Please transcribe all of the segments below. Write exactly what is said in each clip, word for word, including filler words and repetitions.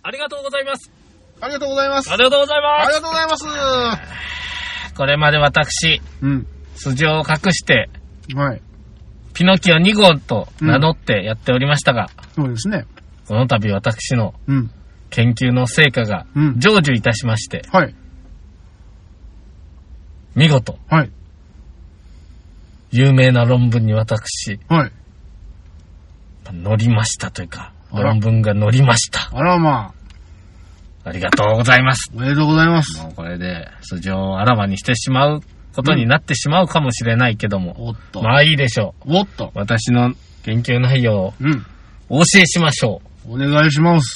ありがとうございます。 ありがとうございます。 ありがとうございます。 ありがとうございます。 これまで私、うん、素性を隠して、はい。ピノキオに号と名乗ってやっておりましたが、 うん、そうですね。 この度私の研究の成果が成就いたしまして、うん、はい。見事、はい。有名な論文に私、はい。載りましたというか、論文が載りました。 あらまあ。ありがとうございます。 おめでとうございます。 もうこれで素性をあらわにしてしまうことになってしまうかもしれないけども、うん、おっと。まあいいでしょう。 おっと。 私の研究内容をお教えしましょう。お願いします。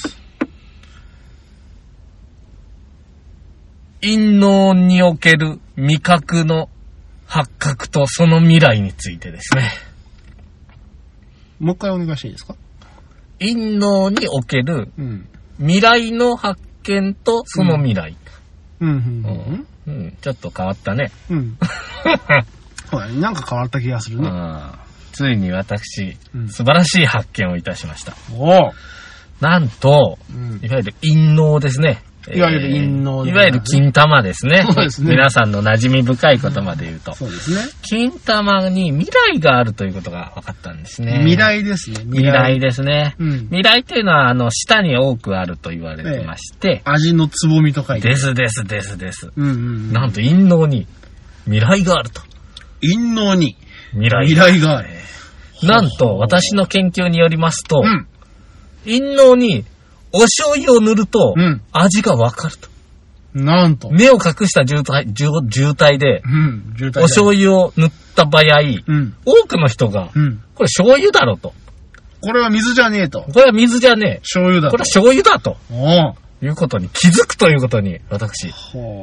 陰脳における味覚の発覚とその未来についてですね。 もう一回お願いしていいですか？ 陰脳における未来の発見とその未来。うん。うんうんうん、うん、ちょっと変わったね。うん。 なんか変わった気がするね。 ついに私、うん、素晴らしい発見をいたしました。おなんと、うん、いわゆる陰脳ですね。 いわゆる陰脳、 ね、いわゆる金玉ですね。そうですね。皆さんの馴染み深い言葉で言うと。 うん、そうですね。 金玉に未来があるということが分かったんですね。 未来ですね。 未来、未来ですね、うん。未来というのは、あの、舌に多くあると言われてまして。ええ、 味のつぼみと書いて。 ですですですです。うんうんうん、なんと陰脳に未来があると。 陰脳に未来未来がある。 なんと、私の研究によりますと、うん、陰脳にお醤油を塗ると、味がわかると。 なんと。 目を隠した渋滞、渋滞で、うん、渋滞お醤油を塗った場合、うん、多くの人が、うん、これ醤油だろと。 これは水じゃねえと。 これは水じゃねえ。 醤油だと。 これは醤油だと。いうことに気づくということに、私、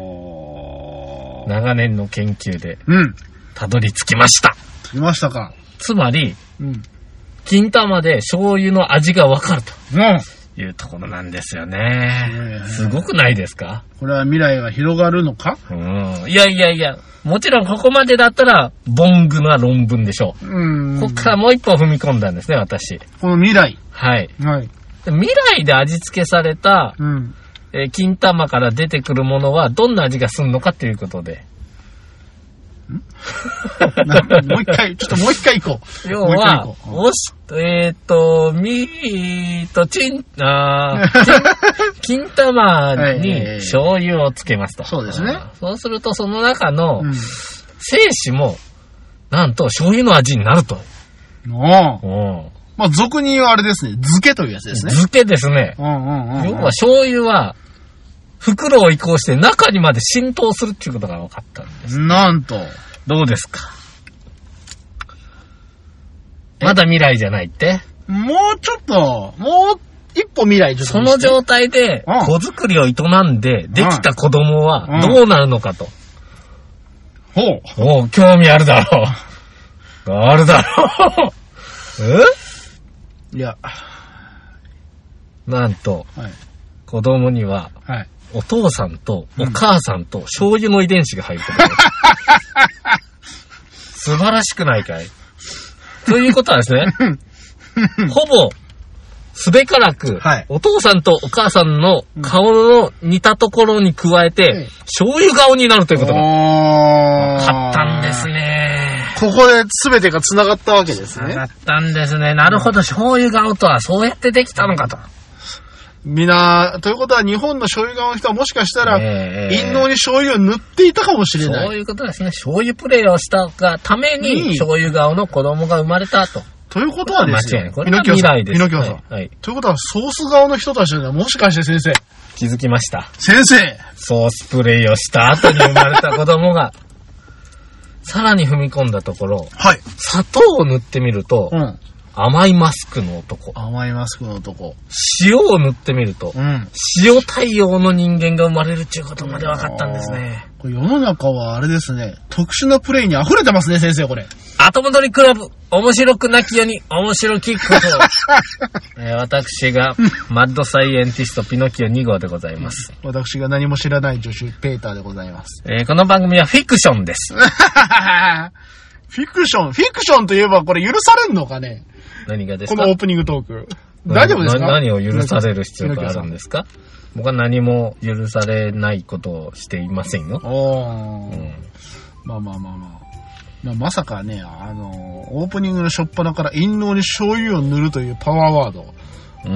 長年の研究で、たどり着きました。 来ましたか。 つまり、うん、金玉で醤油の味がわかると。うんいうところなんですよね。すごくないですか？ これは未来が広がるのか？ うん。いやいやいや、もちろんここまでだったら、ボングな論文でしょう。うん。ここからもう一歩踏み込んだんですね、私。 この未来。 はい。はい。未来で味付けされた、うん、えー、金玉から出てくるものはどんな味がするのかということで。 んもう一回、ちょっともう一回行こう。要は、おし、えっ、ー、と、みーと、ちん、あ金玉に醤油をつけますと。 そうですね。 そうすると、その中の精子も、なんと醤油の味になると。 おお。まあ、俗に言うあれですね。漬けというやつですね。 漬けですね。うんうんうん。要は醤油は、袋を移行して中にまで浸透するっていうことが分かったんです。 なんと。 どうですか？まだ未来じゃないって？ もうちょっと、もう一歩未来ちょっと。 その状態で、子作りを営んで、できた子供はどうなるのかと。 ほう。 おう、興味あるだろう。あるだろう。 え？いや。 なんと、はい、子供には、はい、お父さんとお母さんと醤油の遺伝子が入ることが、うん、素晴らしくないかい？ということはですね、ほぼ、すべからく、はい、お父さんとお母さんの顔の似たところに加えて、うん、醤油顔になるということが、分かったんですね。 ここで全てが繋がったわけですね。 繋がったんですね。なるほど、醤油顔とはそうやってできたのかと。 みんな、ということは日本の醤油顔の人はもしかしたら、えー、陰嚢に醤油を塗っていたかもしれない。 そういうことですね。醤油プレイをしたがために、醤油顔の子供が生まれたと。 ということはですね。 これは未来です。 猪木さん。はい。ということは、ソース顔の人たちはもしかして先生。 気づきました。 先生ソースプレイをした後に生まれた子供が、さらに踏み込んだところ、はい。砂糖を塗ってみると、うん。甘いマスクの男。 甘いマスクの男。 塩を塗ってみると、うん、塩対応の人間が生まれるっていうことまで分かったんですね。 これ世の中はあれですね、特殊なプレイに溢れてますね、先生、これ。 アトムトリクラブ、面白くなきように面白きことを、えー、私がマッドサイエンティストピノキオに号でございます。 私が何も知らない助手ペーターでございます。 えー、この番組はフィクションです。 フィクションフィクションといえばこれ許されんのかね？ 何がですか？ このオープニングトーク。大丈夫ですか？ 何を許される必要があるんですか？僕は何も許されないことをしていませんよ。 おー。うん、まあまあまあまあ。まあ、まさかね、あの、オープニングの初っ端から陰嚢に醤油を塗るというパワーワード。うん。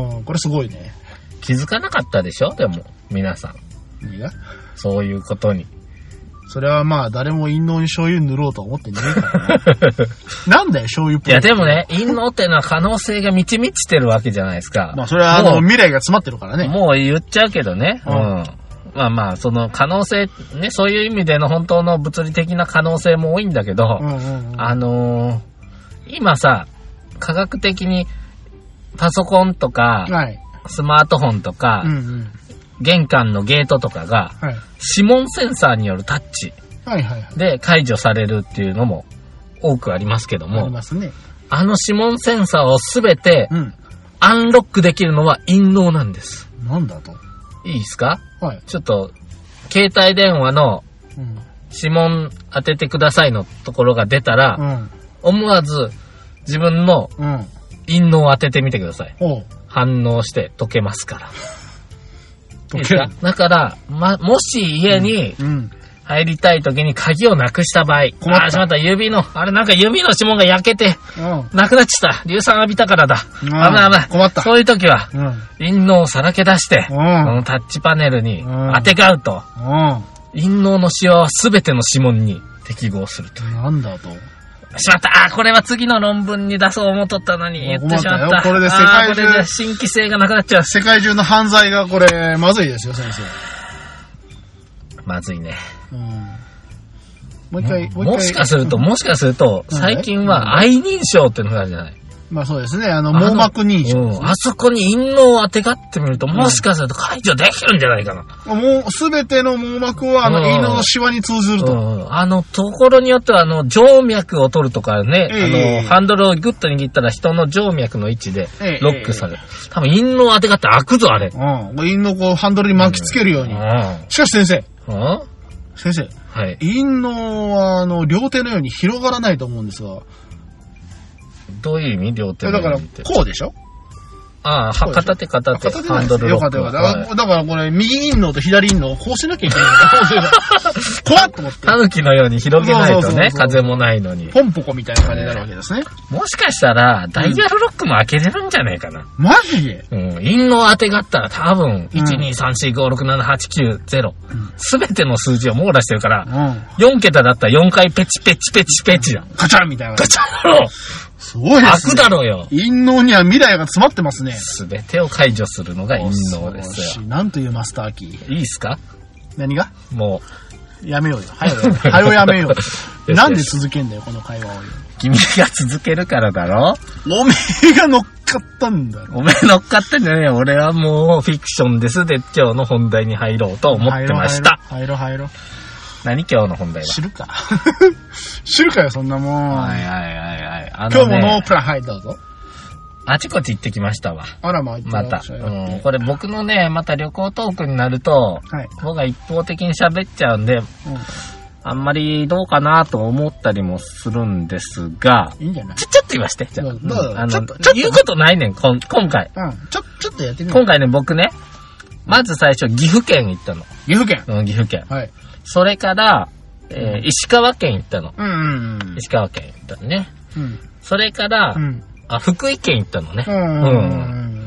うん。これすごいね。 気づかなかったでしょ？でも、皆さん。 何が？ そういうことに。 それはまあ、誰も陰嚢に醤油塗ろうと思ってねえからね。なんだよ、醤油っぽい。 いや、でもね、陰嚢っていうのは可能性が満ち満ちてるわけじゃないですか。 まあ、それはあの、未来が詰まってるからね。 もう言っちゃうけどね。うん。うんまあまあ、その可能性、ね、そういう意味での本当の物理的な可能性も多いんだけど、うんうんうん、あのー、今さ、科学的にパソコンとか、はい、スマートフォンとか、うんうん、玄関のゲートとかが、はい、指紋センサーによるタッチで解除されるっていうのも多くありますけども、 ありますね、 あの指紋センサーをすべてアンロックできるのは陰嚢なんです。 なんだと？ いいですか？はい。ちょっと、携帯電話の指紋当ててくださいのところが出たら、うん、思わず自分の陰嚢を当ててみてください。うん、反応して解けますから。解ける。だから、ま、もし家に入りたい時に鍵をなくした場合、うん、あ、しまった、指の、あれなんか指の指紋が焼けて、うん、なくなっちゃった。硫酸浴びたからだ。うん、危ない危ない。困った。そういう時は、うん、陰嚢をさらけ出して、うん、このタッチパネルに当てがうと、うん、陰嚢のシワはすべての指紋に適合すると。 なんだと。 しまった。あ、これは次の論文に出そう思っとったのに言ってしまった。 これで世界中、 これで新規性がなくなっちゃう。 世界中の犯罪がこれ、まずいですよ、先生。 まずいね。うん、 もう一回、 もう一回。もしかすると、もしかすると、最近は愛認証っていうのがあるじゃない。 まあそうですね。あの、網膜認証、ね、 うん。あそこに陰嚢を当てがってみると、もしかすると解除できるんじゃないかな。 もう、すべての網膜は、あの、陰嚢のシワに通ずると。 うん、あの、ところによっては、あの、静脈を取るとかね、えー、あの、ハンドルをグッと握ったら人の静脈の位置でロックされる。えー、多分、陰嚢を当てがって開くぞ、あれ。 うん。陰嚢をこう、ハンドルに巻きつけるように。うん、しかし先生。うん先生。はい。陰嚢は、あの、両手のように広がらないと思うんですが。 どういう意味両手のようにって。 だから、こうでしょああ、片手片手。片手ハンドルロック。よかったよかった。 だからこれ、右陰嚢と左陰嚢をこうしなきゃいけないんだ。怖っと思って。 タヌキのように広げないとね、風もないのに。 ポンポコみたいな感じになるわけですね。 もしかしたら、ダイヤルロックも開けれるんじゃないかな。 マジで？ うん。陰嚢当てがったら多分、いち、に、さん、よん、ご、ろく、なな、はち、きゅう、ゼロ。すべての数字を網羅してるから、よん桁だったらよんかいペチペチペチペチだ。 ガチャンみたいな。 ガチャンだろすごいですね。 開くだろうよ。 陰嚢には未来が詰まってますね。 すべてを解除するのが陰嚢ですよ。 なんというマスターキー。 いいっすか？ 何が？ もう。やめようよ。はよ、はよやめよう。なんで続けんだよ、この会話を。 君が続けるからだろ？ おめえが乗っかったんだろ。 おめえ乗っかったんじゃねえよ。俺はもうフィクションですで今日の本題に入ろうと思ってました。 入ろう入ろう。 何今日の本題は？ 知るか。知るかよ、そんなもん。 はいはいはいはい。 あのね、今日もノープラン、はい、どうぞ。 あちこち行ってきましたわ。 あらまあ、 また。うん。これ僕のね、また旅行トークになると、はい、僕が一方的に喋っちゃうんで、うん、あんまりどうかなと思ったりもするんですが、 いいんじゃない？ ちょ、ちょっと言わして。じゃあ、どうぞ。あの、ちょっと、ちょっと言うことないねん、こん今回。 うん。ちょ、ちょっとやってみよう。今回ね、僕ね、まず最初、岐阜県行ったの。 岐阜県？ うん、岐阜県。はい。それから、えー、石川県行ったの。 うんうんうん。 石川県行ったのね。うん。それから、うん、あ、福井県行ったのね。うんうんうん。うん、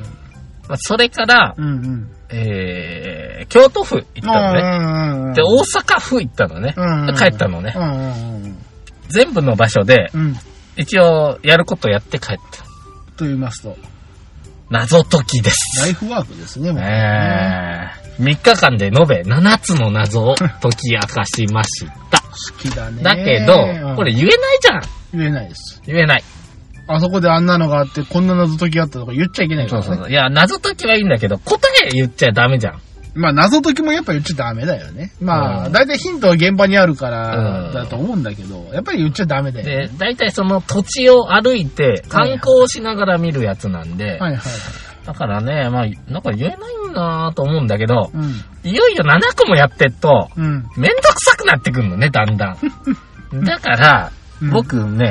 まあ、それから、うんうん、えー、京都府行ったのね。うんうんうん、で、大阪府行ったのね。うんうん、帰ったのね。うんうんうん、全部の場所で、うん、一応やることやって帰った。 と言いますと謎解きです。 ライフワークですね、もうね。 えー、みっかかんで延べななつの謎を解き明かしました。 好きだね。 だけど、これ言えないじゃん。 言えないです。 言えない。 あそこであんなのがあって、こんな謎解きがあったとか言っちゃいけないからね。そうそうそう。 いや、謎解きはいいんだけど、答え言っちゃダメじゃん。 まあ、謎解きもやっぱ言っちゃダメだよね。まあ、だいたいヒントは現場にあるからだと思うんだけど、やっぱり言っちゃダメだよね。 で、だいたいその土地を歩いて観光しながら見るやつなんで、はいはいはい、だからね、まあ、なんか言えないんだと思うんだけど、うん、いよいよななこもやってっと、うん、めんどくさくなってくるのね、だんだん。だから、うん、僕ね、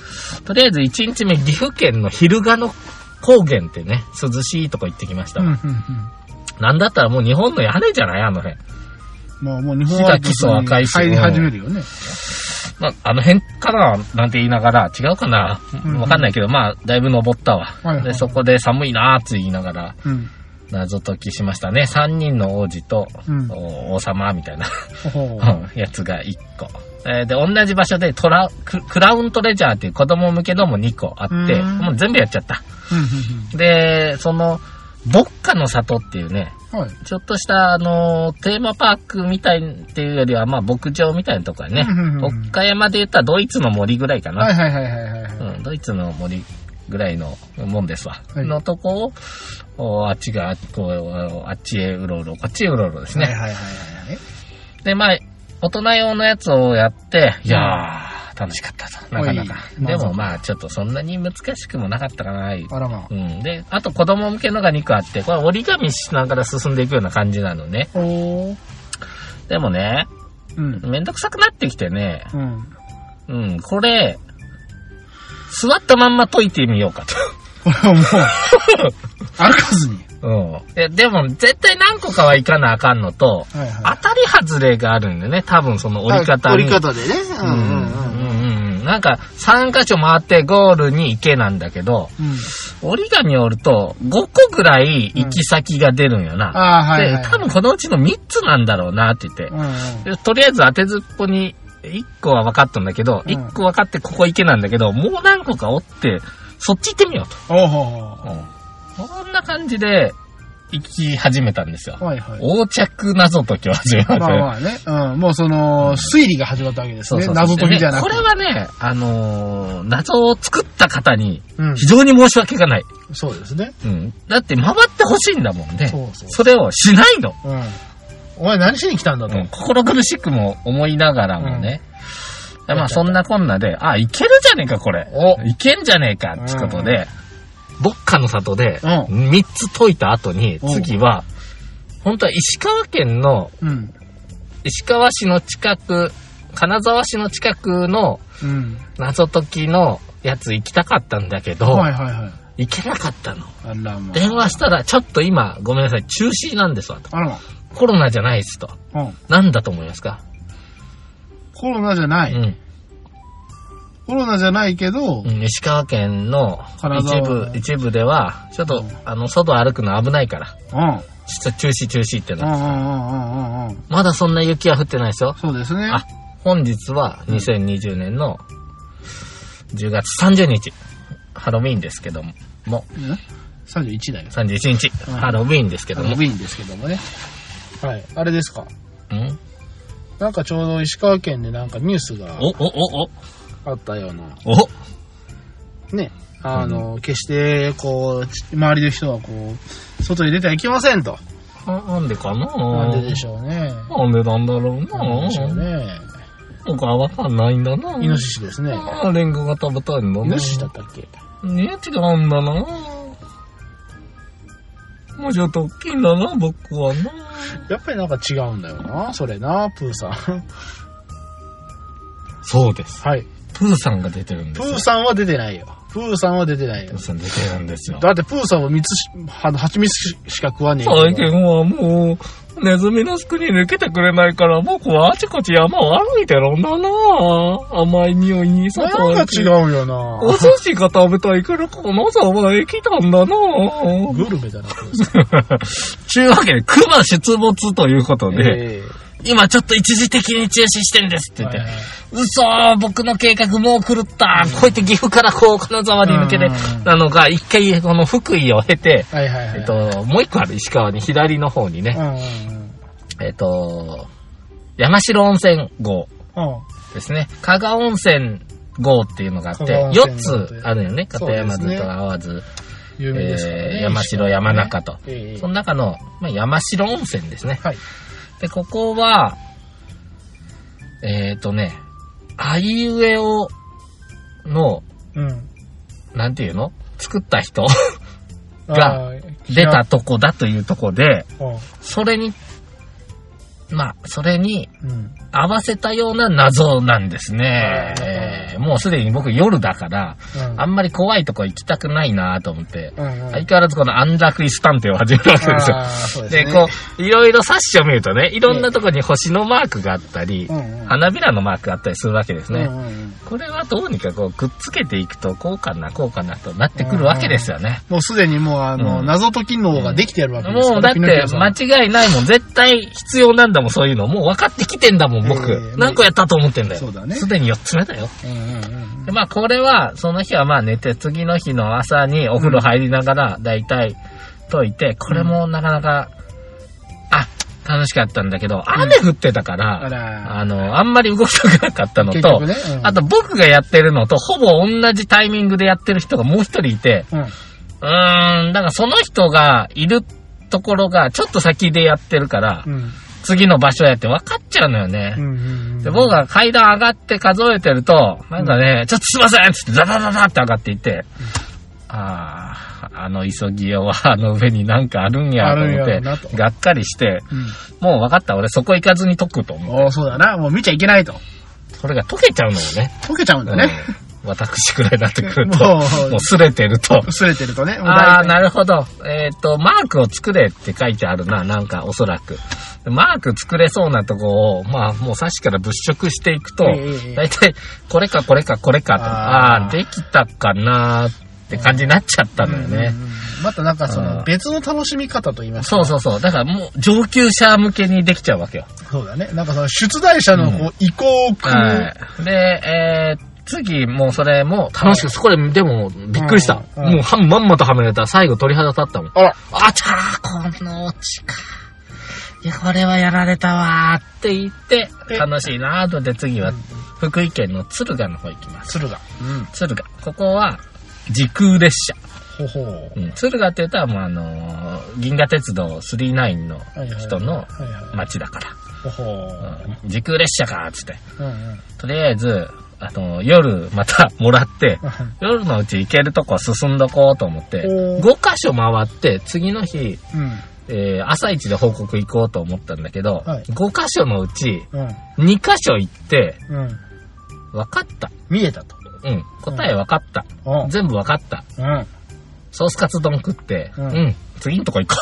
とりあえずいちにちめ、岐阜県の昼賀野高原ってね、涼しいとこ行ってきました。うんうんうん、なんだったらもう日本の屋根じゃないあの辺。 まあもう日本は基礎赤いし。入り始めるよね。 まあ、あの辺かななんて言いながら、違うかな、うんうん、わかんないけど、まあ、だいぶ登ったわ。はいはいはい、で、そこで寒いなーって言いながら、うん、謎解きしましたね。三人の王子と、うん、王様みたいなやつが一個。えー、で、同じ場所でトラク、クラウントレジャーっていう子供向けのも二個あって、もう全部やっちゃった。で、その、牧歌の里っていうね、はい、ちょっとした、あのー、テーマパークみたいっていうよりは、まあ、牧場みたいなとこやね。岡山で言ったらドイツの森ぐらいかな。はいはいはいはい、はい、うん。ドイツの森ぐらいのもんですわ。はい、のとこを、あっちが、こう、あっちへうろうろ、こっちへうろうろですね。はいはいはいはい。で、まあ、大人用のやつをやって、いやー、楽しかったと。なかなか。でもまあ、ちょっとそんなに難しくもなかったかな。あらまあ。うん。で、あと子供向けのがにこあって、これ折り紙しながら進んでいくような感じなのね。おー。でもね、うん。めんどくさくなってきてね、うん。うん、これ、座ったまんま解いてみようかと。 もう、歩かずに。 うん。え、でも、絶対何個かはいかなあかんのと、はいはい、当たり外れがあるんでね、多分その折り方に。 折り方でね。うんうんうん。 うん、なんか、さん箇所回ってゴールに行けなんだけど、うん、折り紙を折るとごこぐらい行き先が出るんよな。うん、あはいはいはい、で、多分このうちのみっつなんだろうなって言って、うんうん、とりあえず当てずっぽにいっこは分かったんだけど、うん、いっこ分かってここ行けなんだけど、もう何個か折って、そっち行ってみようと。おうほうほう、うんこんな感じで行き始めたんですよ。はいはい。横着謎解きを始めました。 まあまあね。うん。もうその、推理が始まったわけですね。そうそうそう謎解きじゃなくて。 これはね、あのー、謎を作った方に、非常に申し訳がない、 うん。そうですね。 うん。だって回ってほしいんだもんね。そうそうそう。それをしないの。うん。 お前何しに来たんだと。うん、 心苦しくも思いながらもね。うん、まあそんなこんなで、あ、いけるじゃねえか、これ。おいけんじゃねえか、ってことで、うんうん牧歌の里でみっつ解いた後に、次は、本当は石川県の、石川市の近く、金沢市の近くの謎解きのやつ行きたかったんだけど、行けなかったの。電話したら、ちょっと今、ごめんなさい、中止なんですわと。コロナじゃないですと。なんだと思いますか？ コロナじゃない。うんコロナじゃないけど、 うん、石川県の一部、一部では、ちょっと、うん、あの、外歩くの危ないから。うん。ちょっと中止中止ってなってた。まだそんな雪は降ってないですよ。 そうですね。あ、 本日はにせんにじゅうねんのじゅうがつさんじゅうにち。ハロウィンですけども。 うんさんじゅういちだよ。 さんじゅういちにち。うん、ハロウィンですけども。 ハロウィンですけどもね。はい。あれですか。んなんかちょうど石川県でなんかニュースが。 お、お、お、お。 あったような。 おね。あの、うん、決して、こう、周りの人はこう、外に出てはいけませんと。 なんでかななんででしょうね。 なんでなんだろうななんでしょうね。 僕はわかんないんだなイノシシですね。 ああ、レンコが食べたいんだなイノシシだったっけね違うんだなもうちょっと大きいんだな僕はなやっぱりなんか違うんだよなそれなプーさん。 そうです。 はい。 プーさんが出てるんですよ。 プーさんは出てないよ。プーさんは出てないよ。 プーさん出てるんですよ。 だってプーさんは蜜し、蜂蜜しか食わねえ最近はもう、ネズミの巣に抜けてくれないから、僕はあちこち山を歩いてるんだな甘い匂いに誘われて。なんか違うよなお寿司が食べたいから金沢へ来たんだなグルメだな、プーさん。 ちゅうわけで、熊出没ということで、えー今ちょっと一時的に中止してんですって言って。はいはい、嘘僕の計画もう狂った、うん、こうやって岐阜からこう金沢に抜けて、なのが、一回この福井を経て、はいはいはい、えっと、もう一個ある石川に左の方にね、うん、えっと、山城温泉号ですね。加賀温泉号っていうのがあって、よっつあるよね。片山津と淡津。有名ですからね、えー、山城、山中と。えー、その中の、まあ、山城温泉ですね。はいで、ここは、えっ、ー、とね、あいうえおの、うん、なんていうの作った人が出たとこだというとこで、それに、まあ、それに合わせたような謎なんですね。 えー、もうすでに僕夜だから、うん、あんまり怖いとこ行きたくないなと思って、うんうん、相変わらずこの安楽椅子探偵を始めるわけですよ。そうですね、で、こう、いろいろ冊子を見るとね、いろんなとこに星のマークがあったり、うんうん、花びらのマークがあったりするわけですね。うんうんうん、これはどうにかこう、くっつけていくと、こうかな、こうかなとなってくるわけですよね。 うんうん、もうすでにもう、あの、うん、謎解き脳ができてやるわけですから、 もうだって、間違いないもん。絶対必要なんだもん、そういうの。もう分かってきてんだもん、僕。えー、何個やったと思ってんだよ。そうだね。すでによっつめだよ。うんうんうん、でまあ、これは、その日はまあ寝て、次の日の朝にお風呂入りながら、だいたい解いて、これもなかなか、あ、楽しかったんだけど、雨降ってたから、うん、あ, あの、あんまり動きたくなかったのと、ねうん、あと僕がやってるのと、ほぼ同じタイミングでやってる人がもう一人いて、うん、うーん、だからその人がいるところがちょっと先でやってるから、うん、次の場所やって分かっちゃうのよね。うんうんうん、で僕が階段上がって数えてると、なんかね、うん、ちょっとすいませんつってザザザザって上がっていって、うん、ああ、あの急ぎよはあの上になんかあるんやと思って、がっかりして、うん、もう分かった、俺そこ行かずに解くと思う。 おー、そうだな、もう見ちゃいけないと。 それが解けちゃうのよね。 解けちゃうんだね。 うん、私くらいになってくると、もう、もう擦れてると。 擦れてるとね。 ああ、なるほど。えっと、マークを作れって書いてあるな、なんかおそらく。マーク作れそうなとこを、まあ、もうさっきから物色していくと、だいたいこれかこれかこれかと、ああ、できたかなーって感じになっちゃったのよね。うんうんうん、 またなんかその別の楽しみ方と言いますか、そうそうそう。だからもう上級者向けにできちゃうわけよ。 そうだね。なんかその出題者のこう移行を組む、うんはい。 で、えー、次、もうそれも楽しく、そこで、でも、びっくりした。うんうん、もう、はんまんまとはめられたら、最後鳥肌立ったもん。あら。あちゃー、このオチか。いや、これはやられたわーって言って、楽しいなーとで、次は、福井県の敦賀の方行きます。 敦賀。 うん。敦賀。ここは、時空列車。ほほう。うん。敦賀って言ったら、もうあのー、銀河鉄道さんじゅうきゅうの人の街だから。ほほう、うん。時空列車かーっつって。うんうん。とりあえず、あの、夜またもらって、夜のうち行けるとこ進んどこうと思って、ごカ所回って、次の日、うん、えー、朝一で報告行こうと思ったんだけど、はい、ごカ所のうち、にカ所行って、うん、分かった。 見えたと。 うん。答え分かった。うん、全部分かった。うん、ソースカツ丼食って、うん、うん、次のとこ行こ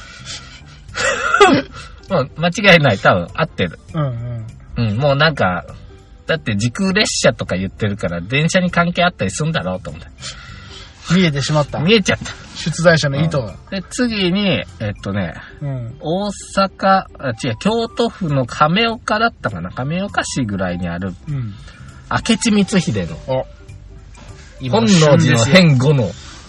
う。もう間違いない。多分合ってる。うん、うん、うん。もうなんか、だって時空列車とか言ってるから電車に関係あったりするんだろうと思って。 見えてしまった。 見えちゃった。 出題者の意図が。 うん、で、次に、えっとね、うん、大阪、あ、違う、京都府の亀岡だったかな、亀岡市ぐらいにある、うん、明智光秀の、本能寺の変後の、うん、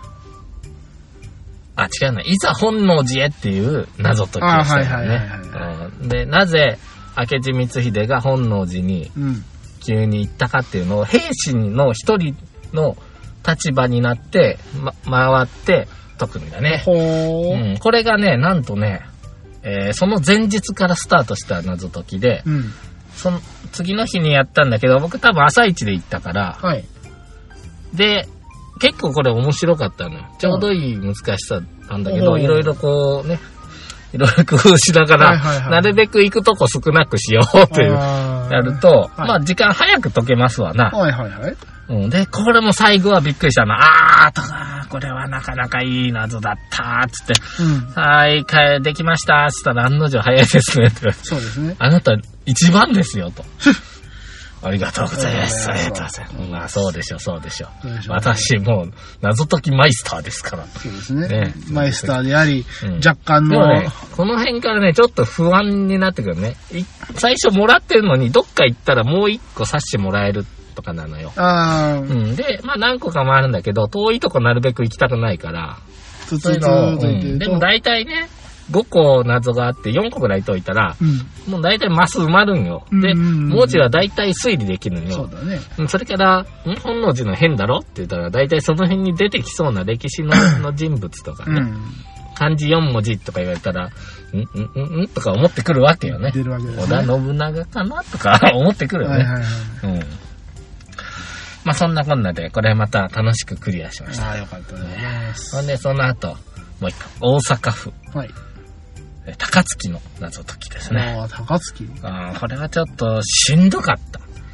あ、違うな、いざ本能寺へっていう謎解きをしたよね。で、なぜ、明智光秀が本能寺に急に行ったかっていうのを兵士の一人の立場になって、ま、回って解くんだね。ほー、うん。これがね、なんとね、えー、その前日からスタートした謎解きで、うん、その次の日にやったんだけど、僕多分朝一で行ったから、はい、で、結構これ面白かったのよ。ちょうどいい難しさなんだけど、いろいろこうね、いろいろ工夫しながら、はいはいはい、なるべく行くとこ少なくしようっていう、やると、はい、まあ時間早く解けますわな。はいはいはい。うん、で、これも最後はびっくりしたな。あーとか、これはなかなかいい謎だったーつって、うん、はい、できましたーつったら案の定早いですねって。そうですね。あなた一番ですよと。ありがとうございます。ありがとうございます。まあそうでしょう、そうでしょう。私もう謎解きマイスターですから。 そうですね。ね、マイスターであり、うん、若干の、 ね。この辺からね、ちょっと不安になってくるね。最初もらってるのに、どっか行ったらもう一個刺してもらえるとかなのよ。あうん。で、まあ何個かもあるんだけど、遠いとこなるべく行きたくないから。そういうの、うん、でも大体ね、ごこ謎があってよんこぐらい解いたら、うん、もう大体マス埋まるんよ。で、文字は大体推理できるんよ。そうだね。それから、ん本能寺の変だろって言ったら、大体その辺に出てきそうな歴史のの人物とかね、うん、漢字よんもじとか言われたら、んんんんとか思ってくるわけよね。出るわけですね。織田信長かなとか思ってくるよね。はいはいはい、うん。まあそんなこんなで、これまた楽しくクリアしました。ああ、よかったね。ほんで、その後、もう一個、大阪府。はい。高槻の謎解きですね。 ああ、高槻。 ああ、これはちょっとしんどかった。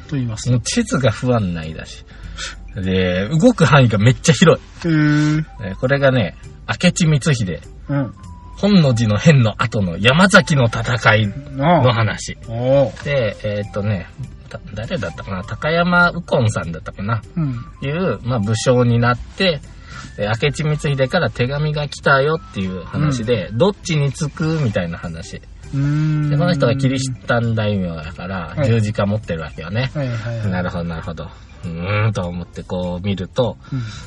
と言いますもう地図が不案内だし。で、動く範囲がめっちゃ広い。へー。これがね、明智光秀。うん。本能寺の変の後の山崎の戦いの話。で、えー、っとね、誰だったかな、高山右近さんだったかな、うん、いう、まあ、武将になって、明智光秀から手紙が来たよっていう話で、うん、どっちにつくみたいな話。うーんでこの人がキリシタン大名だから、十字架持ってるわけよね。はいはいはいはい、なるほど、なるほど。うーんと思ってこう見ると、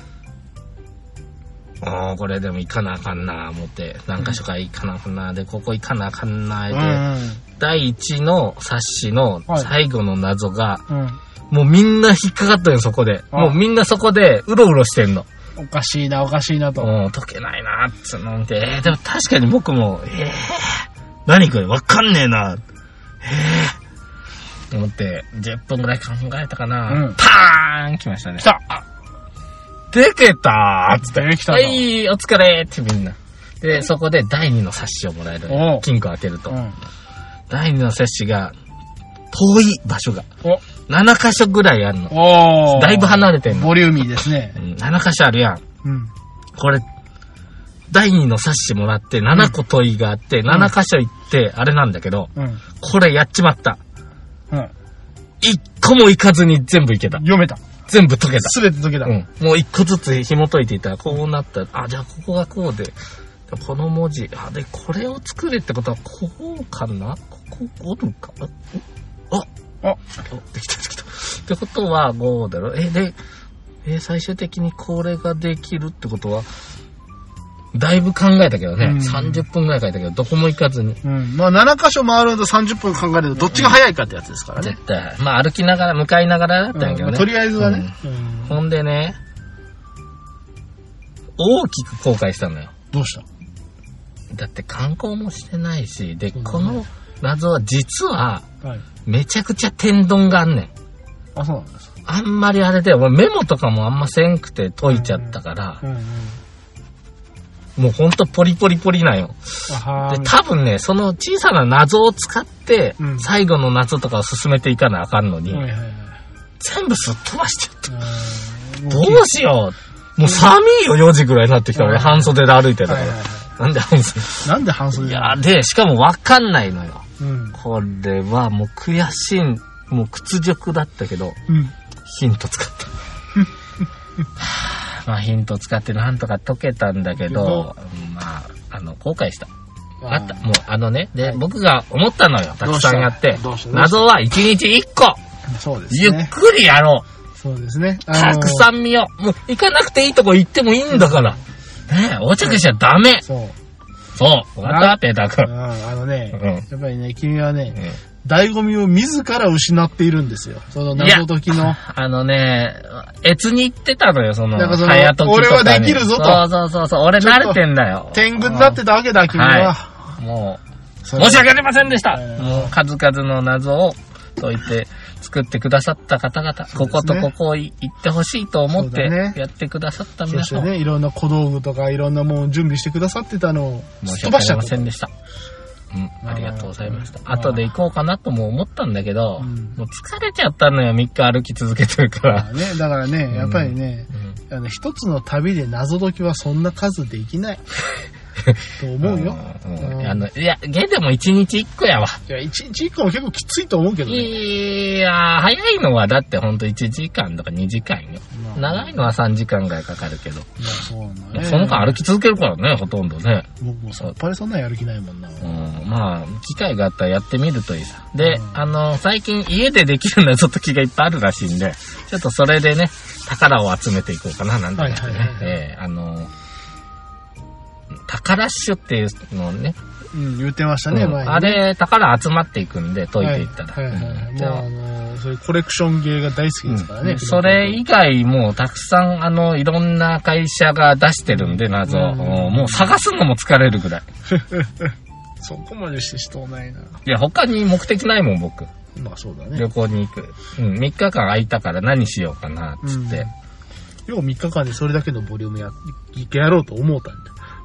うん、おーこれでも行かなあかんな思って、何箇所か行かなあかんなで、ここ行かなあかんなで、うん、第一の冊子の最後の謎が、はいうん、もうみんな引っかかったよ、そこで。もうみんなそこでうろうろしてんの。 おかしいな、おかしいなと。 うん、解けないなっつうので、えー、でも確かに僕も、えー、何これわかんねえな。えー、思って、じゅっぷんぐらい考えたかな。うん、パーン来ましたね。 来たでけたーっつって。 できたはい、お疲れーってみんな。で、そこでだいにの冊子をもらえる。金庫当てると。うん、だいにの冊子が、遠い場所が。ななかしょぐらいあるの。だいぶ離れてんの。 ボリューミーですね。 うん、ななかしょあるやん。うん、これ、だいにの冊子もらってななこ問いがあって、うん、ななかしょ行ってあれなんだけど、うん、これやっちまった。うん、いっこも行かずに全部行けた。 読めた。 全部解けた。 すべて解けた。うん。 もう一個ずつ紐解いていったらこうなった。あ、じゃあここがこうで、この文字、あ、で、これを作れってことはこうかなここおるかあ、あ、できたできた。ってことはこうだろ。え、で、え、最終的にこれができるってことは、だいぶ考えたけどね、うん、さんじゅっぷんぐらい書いたけど、どこも行かずに。 うん。まあ、ななかしょ回るとさんじゅっぷん考えると、どっちが早いかってやつですからね。 絶対。まあ、歩きながら、向かいながらだったんやけどね。うんまあ、 とりあえずはね、 うんうん。ほんでね、大きく後悔したのよ。 どうした？ だって観光もしてないし、で、うん、この謎は実は、めちゃくちゃ天丼があんねん。 あ、そうなんですか。 あんまりあれで、俺メモとかもあんませんくて解いちゃったから、うんうんうんもうほんとポリポリポリなんよ。で、多分ね、その小さな謎を使って、うん、最後の謎とかを進めていかなあかんのに、はいはいはい、全部すっ飛ばしちゃった。どうしよう。もう寒いよ、よじぐらいになってきたら、俺半袖で歩いてたから。はいはいはい、なんで半袖なんで半袖いや、で、しかもわかんないのよ。うん、これはもう悔しい、もう屈辱だったけど、うん、ヒント使った。まあヒント使ってなんとか解けたんだけど、まあ、あの、後悔した。あった。もうあのね、で、はい、僕が思ったのよ。たくさんやって。謎はいちにちいっこ。 そうですね。 ゆっくりやろう。そうですね。 あのー、たくさん見よう。もう行かなくていいとこ行ってもいいんだから。ねえ、横着しちゃダメ。そう。そう。わかった、ペーター君。 あのね、うん、やっぱりね、君はね、うん醍醐味を自ら失っているんですよ。その謎解きの。 あのね、越に言ってたのよ、その、 なんかその早解きとか、ね。俺はできるぞと。 そうそうそうそう、俺慣れてんだよ。 天狗になってたわけだ、君は。 はい、もう、申し訳ありませんでした。もう数々の謎を解いて作ってくださった方々、ね、こことここを行ってほしいと思ってやってくださった皆さん。 そしてね、いろんな小道具とかいろんなものを準備してくださってたのを飛ばしちゃった。申し訳ありませんでした。うん、ありがとうございました。後で行こうかなとも思ったんだけど、うん、もう疲れちゃったのよ、みっか歩き続けてるから。 ね、だからね、やっぱりね、うん、あの一つの旅で謎解きはそんな数できない。と思うよ。 うんうん、あのいや、ゲでもいちにちいっこやわ。 いや、いちにちいっこも結構きついと思うけどね。 いや、早いのはだってほんといちじかんとかにじかんよ。まあ、長いのはさんじかんぐらいかかるけど。まあ、そうなんね。その間歩き続けるからね、ほとんどね。 僕もさっぱりそんなやる気ないもんな。 うん、まあ、機会があったらやってみるといいさ。で、うん、あの、最近家でできる謎解きがいっぱいあるらしいんで、ちょっとそれでね、宝を集めていこうかな、なんて思ってね。はいはいはいはい、えー、あの、宝ッシュっていうのをね、 うん、言ってましたね、 うん、前にね。あれ、宝集まっていくんで、解いていったら。はい、はい、はい。 うん、もう、あの、そういうコレクション芸が大好きですからね。うん、 それ以外も、たくさん、あの、いろんな会社が出してるんで、謎を。うん、もう探すのも疲れるぐらい。 そこまでしてしとうないな。いや、他に目的ないもん、僕。 まあ、そうだね。 旅行に行く。うん、みっかかん空いたから何しようかな、つって。 うん、ようみっかかんでそれだけのボリュームや、やろうと思うたんだよ。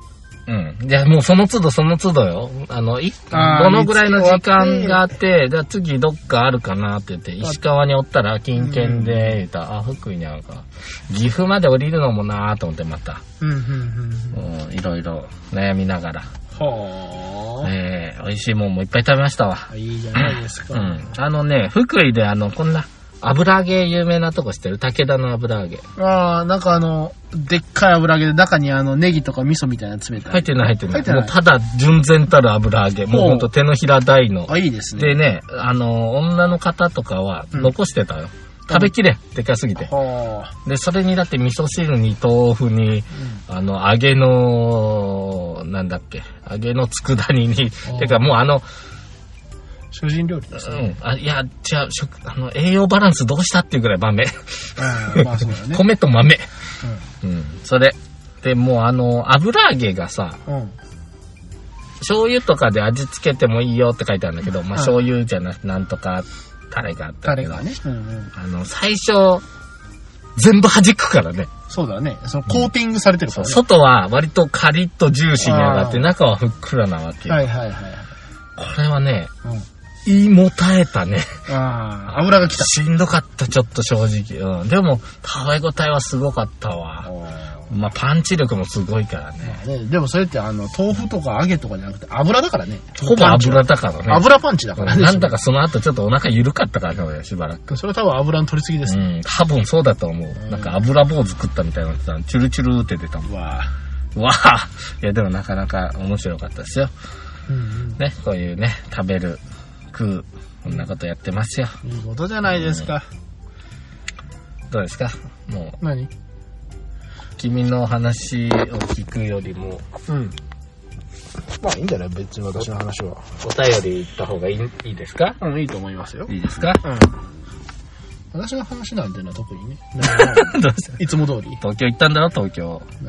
うん。じゃあもうその都度その都度よ。あの、い、どのぐらいの時間があって、じゃあ次どっかあるかなって言って、石川におったら近県で、言ったら、あ、福井にあるか。岐阜まで降りるのもなぁと思ってまた。うん、うん、うん。いろいろ悩みながら。はぁ。えー、美味しいもんもいっぱい食べましたわ。 いいじゃないですか。 うん。あのね、福井であの、こんな、油揚げ有名なとこ知ってる？武田の油揚げ。 ああ、なんかあの、でっかい油揚げで中にあの、ネギとか味噌みたいなの詰めた。 入ってない入ってない。入ってない。もうただ純然たる油揚げ。もうほんと手のひら大の。 あ、いいですね。 でね、あの、女の方とかは残してたよ。うん、食べきれ、でかすぎて。で、それにだって味噌汁に豆腐に、うん、あの、揚げの、なんだっけ、揚げの佃煮に、てかもうあの、 精進料理ですね。 うん。あ、いや、違う、食、あの、栄養バランスどうしたっていうぐらい豆。 あまあそうだね。 米と豆。うん。うん。それ。で、もうあの、油揚げがさ、うん、醤油とかで味付けてもいいよって書いてあるんだけど、まあ醤油じゃなくてなんとかタレがあったけど。タレがね。うんうん。あの、最初、全部弾くからね。 そうだね。そのコーティングされてるからね。 うん、外は割とカリッとジューシーに上がって、中はふっくらなわけ。 はいはいはい。 これはね、うん胃もたえたね。 ああ、油が来た。 しんどかった、ちょっと正直。うん。でも、食べ応えはすごかったわ。まあ、パンチ力もすごいからね。 まあね、でもそれって、あの、豆腐とか揚げとかじゃなくて、油だからね。 ほぼ油だからね。 油パンチだからね。 なんだかその後ちょっとお腹緩かったからね、しばらく。 それは多分油の取りすぎですね。 うん、多分そうだと思う。うん、なんか油棒食ったみたいなさ、チュルチュルって出たもん。わぁ。わぁ。いや、でもなかなか面白かったですよ。うんうん、ね、こういうね、食べる、食う、こんなことやってますよ。 いいことじゃないですか。 うん、どうですか？もう。 何？ 君の話を聞くよりも。うん。 まあいいんじゃない？別に私の話は。 お便り言った方がいい、いいですか？ うん、いいと思いますよ。 いいですか？うん。 私の話なんていうのは特にね。どうしたいつも通り。 東京行ったんだろ、東京。 うん。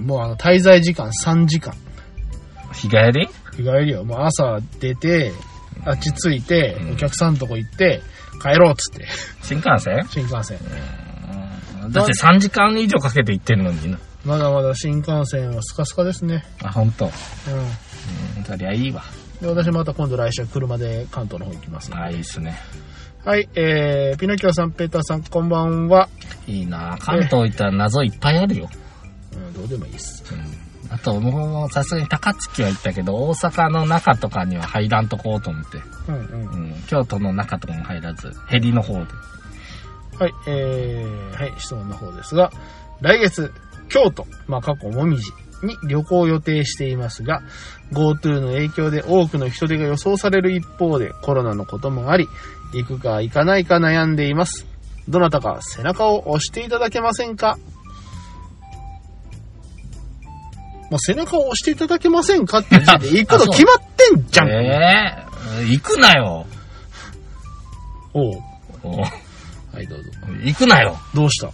もうあの、滞在時間さんじかん。 日帰り？ 日帰りよ。もう朝出て、あっち着いて、うん、お客さんのとこ行って、帰ろうっつって。 新幹線？ 新幹線。 うん、だってさんじかん以上かけて行ってるのにな。 まだまだ新幹線はスカスカですね。 あ、ほんと。 うん。 うん、そりゃいいわ。 で、私また今度来週車で関東の方行きますので。 あ、いいっすね。 はい、えー、ピノキオさん、ペーターさん、こんばんは。 いいなぁ。関東行ったら謎いっぱいあるよ。 うん、どうでもいいっす。うんあと、もう、さすがに高槻は行ったけど、大阪の中とかには入らんとこうと思って。うんうん。うん。京都の中とかも入らず、ヘリの方で。 はい、えー、はい、質問の方ですが、来月、京都、まあ、過去もみじに旅行を予定していますが、GoTo の影響で多くの人手が予想される一方で、コロナのこともあり、行くか行かないか悩んでいます。どなたか背中を押していただけませんか？もう背中を押していただけませんかって言って行くの決まってんじゃん。 ええー、行くなよ。 おう。 おう。 はい、どうぞ。 行くなよ。 どうした？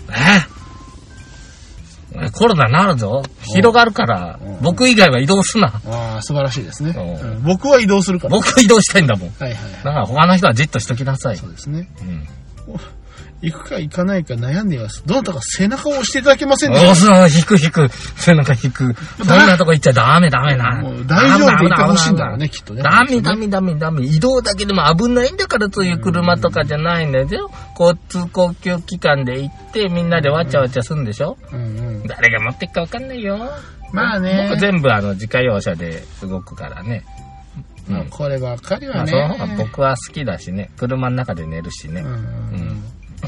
えー、コロナなるぞ。広がるから、僕以外は移動すな。 ああ、素晴らしいですね、うん。僕は移動するから。 僕は移動したいんだもん。 はいはい、はい。 だから他の人はじっとしときなさい。 そうですね。うん。行くか行かないか悩んでいます。どなたか背中を押していただけませんでしょうか？ 押す、引く引く。背中引く。そんなとこ行っちゃダメダメな。 もう大丈夫って言ってほしいんだろうね、きっとね。 ダメダメダメダメ。移動だけでも危ないんだからそういう車とかじゃないんだよ。交通公共機関で行ってみんなでわちゃわちゃするんでしょ？うんうん、誰が持ってくか分かんないよ。 まあね。 僕全部あの自家用車で動くからね。 うん、こればっかりはね。 まあ、その方が僕は好きだしね。車の中で寝るしね。うんうんうん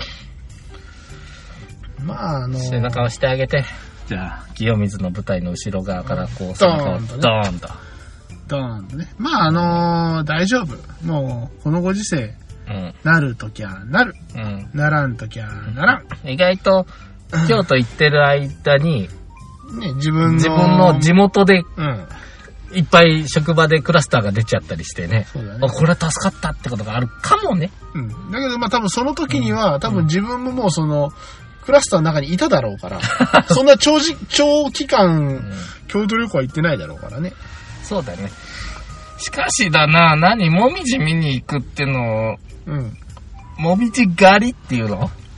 まあ、あのー、 背中を押してあげて。じゃあ、清水の舞台の後ろ側からこう、背中をドーンと。 ドーンとね。まあ、あのー、大丈夫。もう、このご時世、うん、なるときゃなる。うん、ならんときゃならん。 意外と、京都行ってる間に、 ね、自分の、 自分の地元で、うん、いっぱい職場でクラスターが出ちゃったりしてね。そうだね。これ助かったってことがあるかもね。 うん。だけど、まあ多分その時には、うん、多分自分ももうその、クラスターの中にいただろうから、そんな長時、長期間、うん、京都旅行は行ってないだろうからね。 そうだね。しかしだな、何、もみじ見に行くってのを、うん。もみじ狩りっていうの？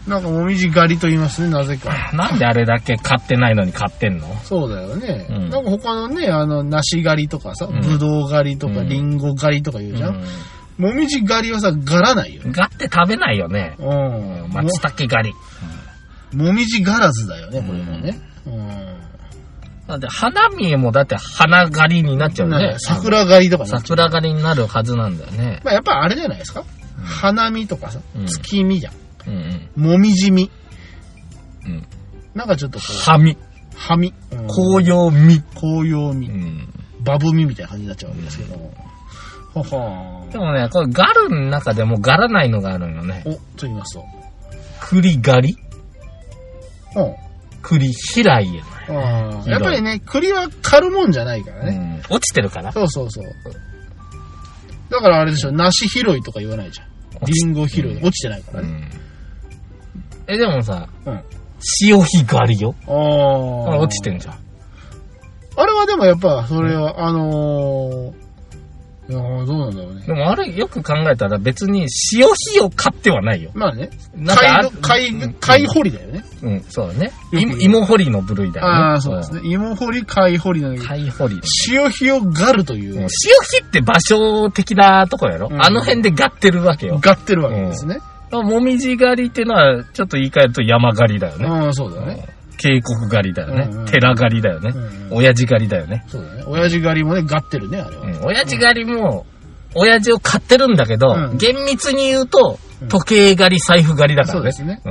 なんかもみじ狩りと言いますね、なぜか。 なんであれだけ買ってないのに買ってんの？ そうだよね。 うん、 なんか他のね、あの、梨狩りとかさ、 うん、 ぶどう狩りとか、リンゴ狩りとか言うじゃん。うん、もみじ狩りはさ、狩らないよ。 狩って食べないよね。 うん。 松茸狩り。 もみじ狩らずだよね、これもね。うん。 だって花見もだって花狩りになっちゃうね。 桜狩りとかね。 桜狩りになるはずなんだよね。 まあやっぱあれじゃないですか。うん、花見とかさ、月見じゃん。 うんうん、もみじみ。 うん。 なんかちょっとこう。 はみ。 はみ。 うん、紅葉み。 紅葉み。 うん。 バブみみたいな感じになっちゃうわけですけども。ははでもね、これガルの中でもガラないのがあるのね。 お、と言いますと。 栗狩り？ うん。 栗平井やな。やっぱりね、栗は狩るもんじゃないからね。 うん、落ちてるから。 そうそうそう。だからあれでしょ、梨拾いとか言わないじゃん。リンゴ拾い、落ちてないからね。うんえ、でもさ、うん、潮干狩りよ。 ああ。 落ちてんじゃん。 あれはでもやっぱ、それは、うん、あのー、いやどうなんだろうね。 でもあれよく考えたら別に潮干を買ってはないよ。 まあね。なんか貝、貝、貝掘りだよね。 うん、そうだね。芋掘りの部類だよね。 ああ、そうですね。芋掘り、貝掘りの。 貝掘り。 潮干を狩るという。 潮干って場所的なとこやろ、うん、あの辺で狩ってるわけよ。 狩ってるわけですね。 うん、もみじ狩りってのは、ちょっと言い換えると山狩りだよね。 ああ、そうだね。 渓谷狩りだよね。うんうん、寺狩りだよね。うんうん、親父狩りだよね。 そうだね。親父狩りもね、狩ってるね、あれは。 うん、親父狩りも、親父を買ってるんだけど、うん、厳密に言うと、時計狩り、財布狩りだからね。 そうですね。うん、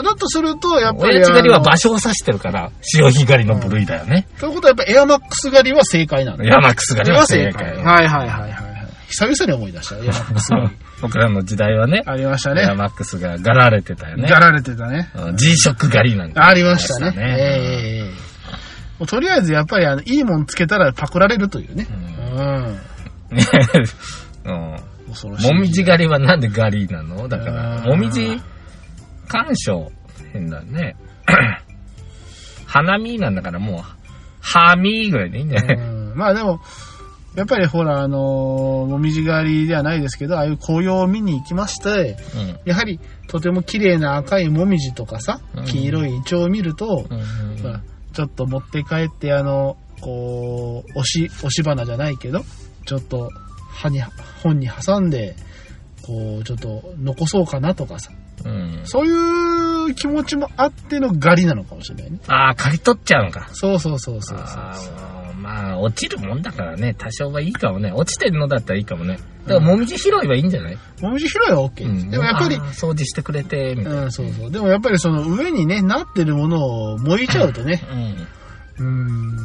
だとすると、やっぱり。 親父狩りは場所を指してるから、潮干狩りの部類だよね。 うん、ということは、やっぱエアマックス狩りは正解なんだ、 ね。エアマックス狩りは正解。 はいはいはいはい。久々に思い出した、エアマックス狩り。 僕らの時代はね。 ありましたね。 エアマックスが狩られてたよね。 狩られてたね。 G ショック狩りなんか。 ありましたね。ええー。もうとりあえずやっぱりあの、いいもんつけたらパクられるというね。うん。うんうんもみじ狩りはなんで狩りなの？だから、もみじ鑑賞変だね。花見なんだからもう、はみぐらいでいいんじゃない？ まあでも、やっぱりほら、あのー、もみじ狩りではないですけど、ああいう紅葉を見に行きまして、うん、やはりとても綺麗な赤いもみじとかさ、うん、黄色いイチョウを見ると、うんまあ、ちょっと持って帰って、あの、こう、押し、押し花じゃないけど、ちょっと、歯に、本に挟んで、こう、ちょっと残そうかなとかさ。うん、そういう気持ちもあっての狩りなのかもしれないね。 ああ、刈り取っちゃうのか。 そうそうそうそうそう。 あまあ、落ちるもんだからね、多少はいいかもね。落ちてるのだったらいいかもね。だから、もみじ拾いはいいんじゃない？ もみじ拾いは OK、うん。でもやっぱり。 掃除してくれて、みたいな。 うん、そうそう。でもやっぱりその上にね、なってるものを燃えちゃうとね、うん、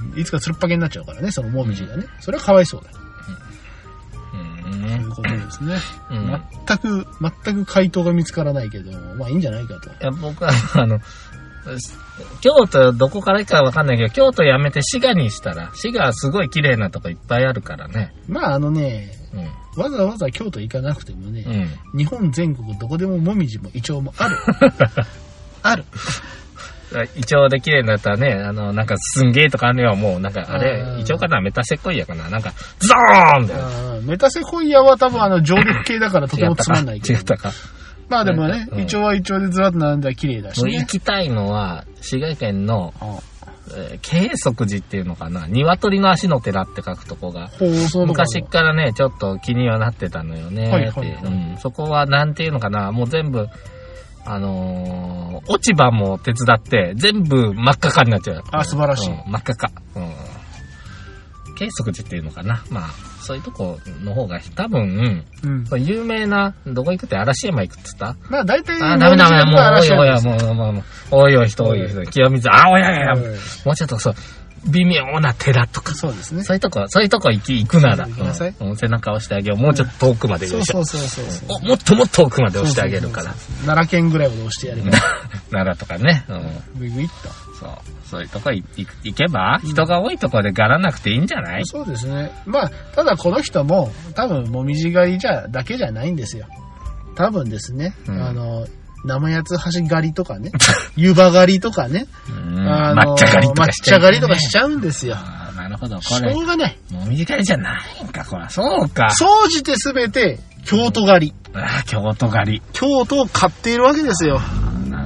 うん、いつかつるっぱげになっちゃうからね、そのもみじがね。それはかわいそうだ。ということですね、うん。全く、全く回答が見つからないけど、まあいいんじゃないかと。いや、僕は、あの、京都どこから行くかわかんないけど、京都やめて滋賀にしたら、滋賀はすごい綺麗なとこいっぱいあるからね。 まああのね、うん、わざわざ京都行かなくてもね、うん、日本全国どこでももみじもイチョウもある。ある。 イチョウで綺麗になったらね、あの、なんかすんげーとかあるよ、もうなんか、あれ、イチョウかなメタセコイアかななんか、ゾーンだよ。 メタセコイアは多分あの、常緑系だからとてもつまんないけど。 違ったか。 まあでもね、イチョウはイチョウでずらっと並んだら綺麗だしね。 行きたいのは、滋賀県の、えー、慶則寺っていうのかな鶏の足の寺って書くとこが、昔からね、ちょっと気にはなってたのよね。はいはいはいうん、そこはなんていうのかなもう全部、あのー、落ち葉も手伝って、全部真っ赤かになっちゃう。 あ、素晴らしい。 うん、真っ赤か。うん。慶則寺っていうのかなまあ、そういうとこの方が多分、うん、有名な、どこ行くって嵐山行くって言ったまあ大体、 あ、ダメダメ、もう、おいおい、もう、もう、もう、おいおい、人多い人、清水、あ、おいおいおい、もうちょっとそう、微妙な寺とか。 そうですね。 そういうとこ、そういうとこ行き、行くなら、うん、背中押してあげよう。もうちょっと遠くまでよいしょ。 そうそうそうそう。 お、もっともっと遠くまで押してあげるから。 奈良県ぐらいまで押してやるから。 奈良とかね。 うん。グイグイっと。 そう。そういうとこ行けば、人が多いところで狩らなくていいんじゃない？ そうですね。まあ、ただこの人も、多分、もみじ狩りじゃ、だけじゃないんですよ。多分ですね、うん、あの、生八つ橋狩りとかね、湯葉狩りとかね、 あの抹茶狩りとかしちゃう、 ね、抹茶狩りとかしちゃうんですよ。 あなるほど、これ。 しょうがない。 もみじ狩りじゃないんか、これ。そうか。 総じてすべて、京都狩り。 ああ、京都狩り。 京都を買っているわけですよ。 な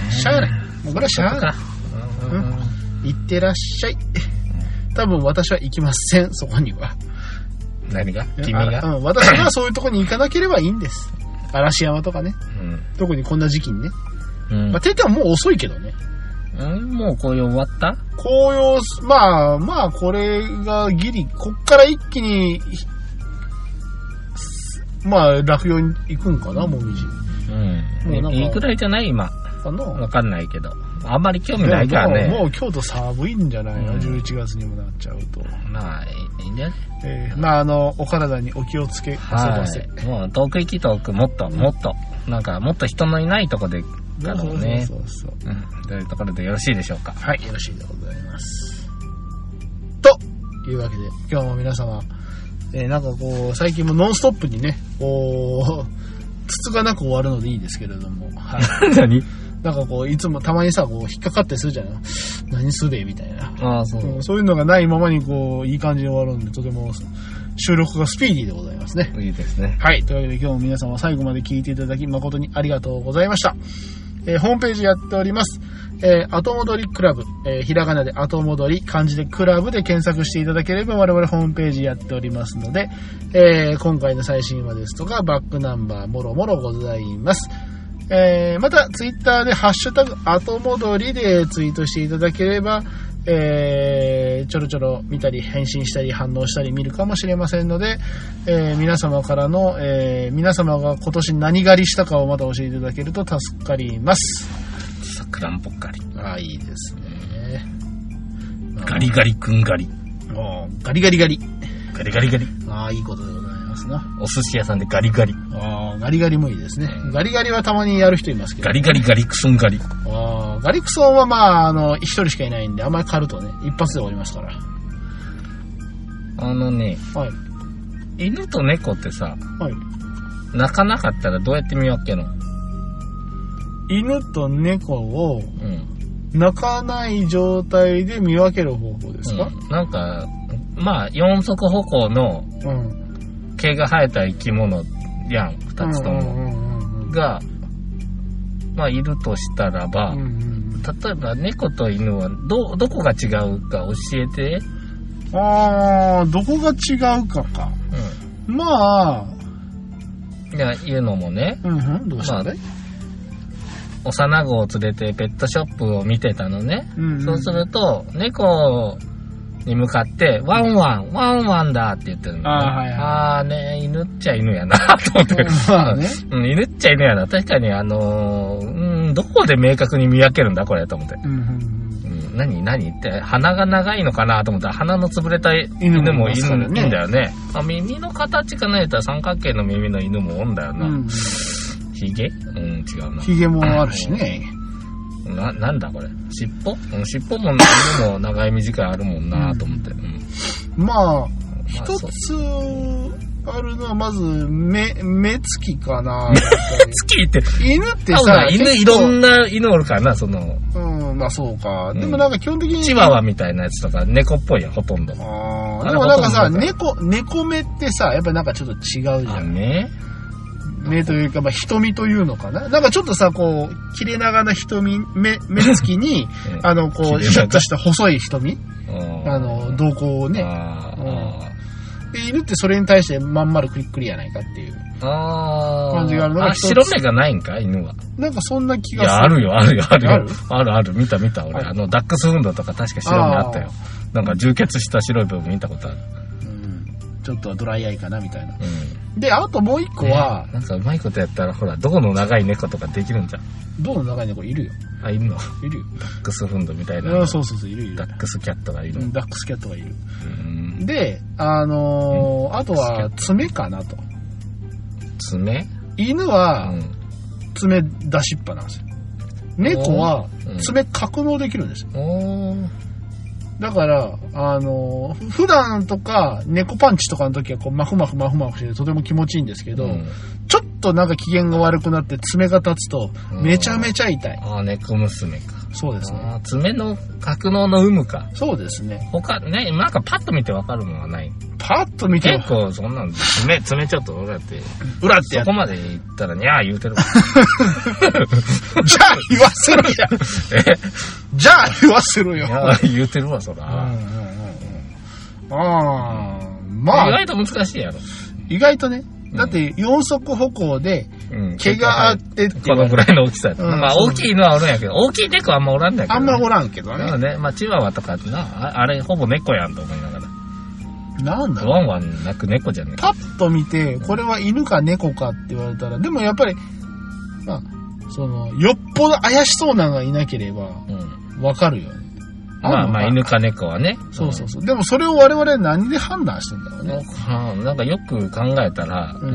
しゃあない。もうこれはしゃあない。うん。行ってらっしゃい。多分私は行きません、そこには。 何が君がうん、私がそういうとこに行かなければいいんです。嵐山とかね。うん、特にこんな時期にね。うん。まあ、てってはもう遅いけどね。 うん、もう紅葉終わった？ 紅葉、まあ、まあ、これがギリ、こっから一気に、まあ、落葉に行くんかな、もみじ。 うん。もういいくらいじゃない今。かな？わかんないけど。あんまり興味ないからね。 もう、もう京都寒いんじゃないの、うん、じゅういちがつにもなっちゃうと。 まあ、いいんじゃない？ えー、まあ、あの、お体にお気をつけください。 もう、遠く行き遠く、もっと、もっと、なんか、もっと人のいないとこで、だろうね。そうそうそう。うん。というところでよろしいでしょうか。 はい、よろしいでございます。というわけで、今日も皆様、えー、なんかこう、最近もノンストップにね、こう、つつがなく終わるのでいいですけれども。はい、 何なんかこう、いつもたまにさ、こう、引っかかってするじゃない？何すべみたいな。 ああ、そう、うん。 そういうのがないままにこう、いい感じで終わるんで、とても収録がスピーディーでございますね。 いいですね。 はい。というわけで今日も皆様最後まで聞いていただき誠にありがとうございました。えー、ホームページやっております。えー、後戻りクラブ、えー、ひらがなで後戻り、漢字でクラブで検索していただければ我々ホームページやっておりますので、えー、今回の最新話ですとか、バックナンバーもろもろございます。えー、また、ツイッターでハッシュタグ後戻りでツイートしていただければ、えー、ちょろちょろ見たり返信したり反応したり見るかもしれませんので、えー、皆様からの、えー、皆様が今年何狩りしたかをまた教えていただけると助かります。 さくらんぽ狩り。 ああ、いいですね。 ガリガリ君狩り。 おガリガリガリ。 ガリガリガリ。 ああ、いいことでございますな。 お寿司屋さんでガリガリ。 ああ、ガリガリもいいですね。ガリガリはたまにやる人いますけど、 ね。ガリガリガリクソン狩り。 ああ、ガリクソンはまあ、あの、一人しかいないんで、あんまり狩るとね、一発で終わりますから。 あのね、はい。犬と猫ってさ、はい。泣かなかったらどうやって見分けるの？ 犬と猫を、うん。泣かない状態で見分ける方法ですか？ うん、なんか、まあ、四足歩行の毛が生えた生き物やん、二つとも。が、まあ、いるとしたらば、うんうん、例えば猫と犬はど、どこが違うか教えて。 あー、どこが違うかか。うん、まあ、 いや、いうのもね。 うんうん、どうしたんだい？ まあ幼子を連れてペットショップを見てたのね。うんうん、そうすると、猫に向かって、ワンワン、ワンワンだって言ってるの、ね。ああ、はいはい。ああね、犬っちゃ犬やな、と思って。まあね。うん、犬っちゃ犬やな。確かに、あのー、うん、どこで明確に見分けるんだ、これ、と思って。うんうんうん、何何って、鼻が長いのかなと思ったら、鼻の潰れた犬もいるんだよね。あ、耳の形がないと三角形の耳の犬もおんだよな。うんヒゲ？うん、違うな。 ヒゲもあるしね。 な、なんだこれ。尻尾？うん、尻尾も、も長い短いあるもんなと思って。うん、 まあ、一つあるのはまず、目、目つきかな。 目つきって。 犬ってさ、 犬、いろんな犬おるからな、その。 うん、まあそうか。でもなんか基本的に。 チワワみたいなやつとか猫っぽいやん、ほとんど。 ああ。でもなんかさ、猫、猫目ってさ、やっぱなんかちょっと違うじゃん。 ね。 目というか、まあ、瞳というのかな。なんかちょっとさ、こう、切れ長な瞳、目、目つきに、うん、あの、こう、シュッとした細い瞳あの、瞳孔をね。うん、で、犬ってそれに対してまん丸クリックリやないかっていう感じがあるのがあ、白目がないんか犬は。 なんかそんな気がする。 いや、あるよ、あるよ、あるよ。あるあるある、見た見た、俺。あの、ダックスフンドとか確か白目あったよ。なんか充血した白い部分見たことある。 ちょっとドライアイかなみたいな。うん、で、あともう一個は、 ね、なんかうまいことやったら、ほら、どこの長い猫とかできるんじゃん。 どこの長い猫いるよ。 あ、いるの？ いるよ。 ダックスフンドみたいな。 そうそうそう、いるいる。 ダックスキャットがいる。 うん、ダックスキャットがいる。うん、で、あのー、あとは、爪かなと。 爪？ 犬は、爪出しっぱなんですよ。猫は、爪格納できるんですよ。おーだから、あのー、普段とか、猫パンチとかの時は、こう、マフマフマフマフしてとても気持ちいいんですけど、うん、ちょっとなんか機嫌が悪くなって爪が立つと、めちゃめちゃ痛い。 ああ、猫娘か。 そうですね。 爪の格納の有無か。 そうですね。 他、ね、なんかパッと見てわかるものはない。 パッと見て結構そんなん、爪、爪ちょっと裏って、 裏ってやそこまで言ったらにゃー言うてる。 じゃあ言わせろや。えじゃあ言わせろよ。 いや言うてるわ、そら。うんうんうんうん、 ああ、まあ。 意外と難しいやろ。 意外とね。だって四足歩行で毛があってってこのぐらいの大きさやった、うん、まあ大きいのはおるんやけど、大きい猫はあんまおらんだけど、ね、 あんまおらんけどね。 ね、まあチワワとかな、あれほぼ猫やんと思いながら。 なんだろう。 ワンワンなく猫じゃねえ。 パッと見て、これは犬か猫かって言われたら、でもやっぱり、まあ、その、よっぽど怪しそうなのがいなければ、わかるよね。 まあまあ、犬か猫はね。 そうそうそう。でもそれを我々何で判断してんだろうね。 なんかよく考えたら、うん、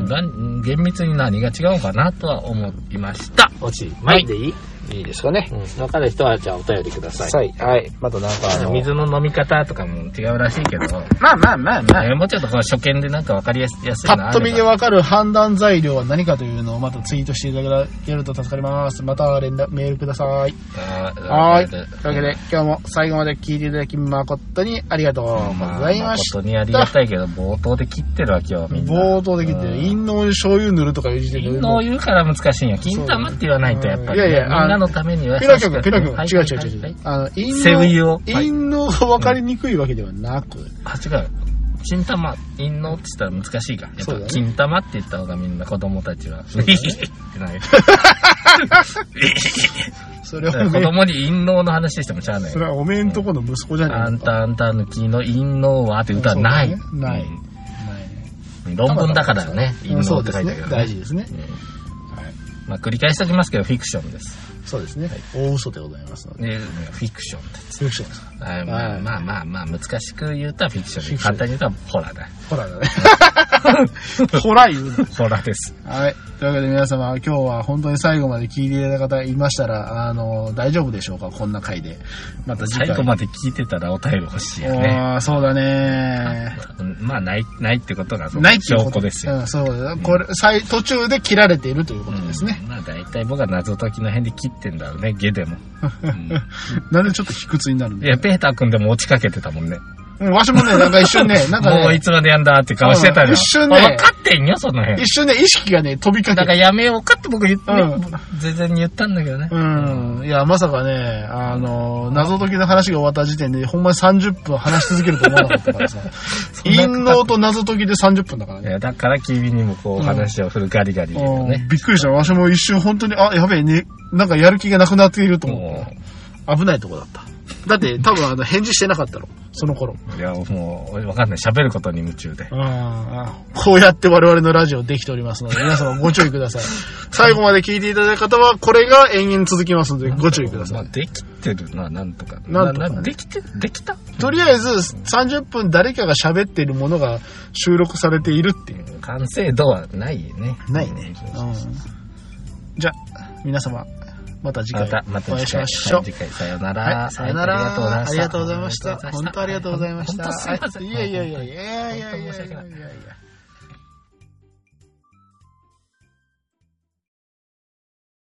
厳密に何が違うかなとは思いました。 おち、はい。でいいいいですかね。 うん。わかる人はじゃあお便りください。 はい。はい。またなんかあの。 水の飲み方とかも違うらしいけど。 まあまあまあまあ。 えー、もうちょっとこう初見でなんかわかりやすいのパッと見でわかる判断材料は何かというのをまたツイートしていただけると助かります。また連絡、メールください。はい。というわけで今日も最後まで聞いていただき誠にありがとうございました。 誠にありがたいけど、冒頭で切ってるわ今日みんな。 冒頭で切ってる。陰嚢に醤油塗るとかいう時点で。 陰嚢言うから難しいんや。金玉って言わないとやっぱり、ね。いやいや、みんなのためには。 ピラ君、ピラ君、はい、違う違う違う違う。あの、陰嚢、陰嚢が分かりにくいわけではなく。 あ、違う。金玉、陰嚢って言ったら難しいか。やっぱ金玉って言った方がみんな子供たちは。うひひってなる。それは子供に陰嚢の話してもしゃあない。 それはおめえんとこの息子じゃねえあんたあんた抜きの陰嚢はって歌はない。 ない。 論文だからね。陰嚢って書いてあるけど。 大事ですね。 まあ繰り返しておきますけど、フィクションです。 そうですね。大嘘でございますので。 フィクションです。 フィクションですか。 まあまあまあまあ、難しく言うとフィクションで、簡単に言うとホラーだ。 ホラーだね。ホラー言うの。 ホラーです。 はい。というわけで皆様、今日は本当に最後まで聞いていただいた方いましたら、あの、大丈夫でしょうか、こんな回で。また次回。 最後まで聞いてたらお便り欲しいよね。 ああ、そうだね。 まあ、ない、ないってことが、 ない証拠ですよ。 うん、そうだ。これ、最、途中で切られているということですね。 まあ、大体僕は謎解きの辺で切ってんだろうね、ゲでも。 なんでちょっと卑屈になるんだいや、ペーター君でも落ちかけてたもんね。 うん、わしもね、なんか一瞬ね、なんかね。 もういつまでやんだって顔してたよ。 一瞬ね。 分かってんよ、その辺。 一瞬ね、意識がね、飛びかけて。 だからやめようかって僕言って、うん、全然言ったんだけどね。 うん。いや、まさかね、あの、謎解きの話が終わった時点で、ほんまにさんじゅっぷん話し続けると思わなかったからさ。陰嚢と謎解きでさんじゅっぷんだからね。 いや、だから君にもこう話を振るガリガリ言うね、 びっくりした。わしも一瞬本当に、あ、やべえね、なんかやる気がなくなっていると思う。危ないとこだった。だって多分あの返事してなかったろ、その頃。 いや、もう、わかんない。喋ることに夢中で。 あこうやって我々のラジオできておりますので、皆様ご注意ください。最後まで聞いていただいた方は、これが延々続きますので、ご注意ください。まあ、 できてるな、なんとか。 なんとか、ね、 できてるできたとりあえず、さんじゅっぷん誰かが喋っているものが収録されているっていう。 完成度はないね。 ないね。うん、じゃあ、皆様。また次回お会いしましょう。 次回さよなら。 はい、さよなら。ありがとうございました。本当ありがとうございました。 本当すいません。 いやいやいやいやいやいやいやいやいや。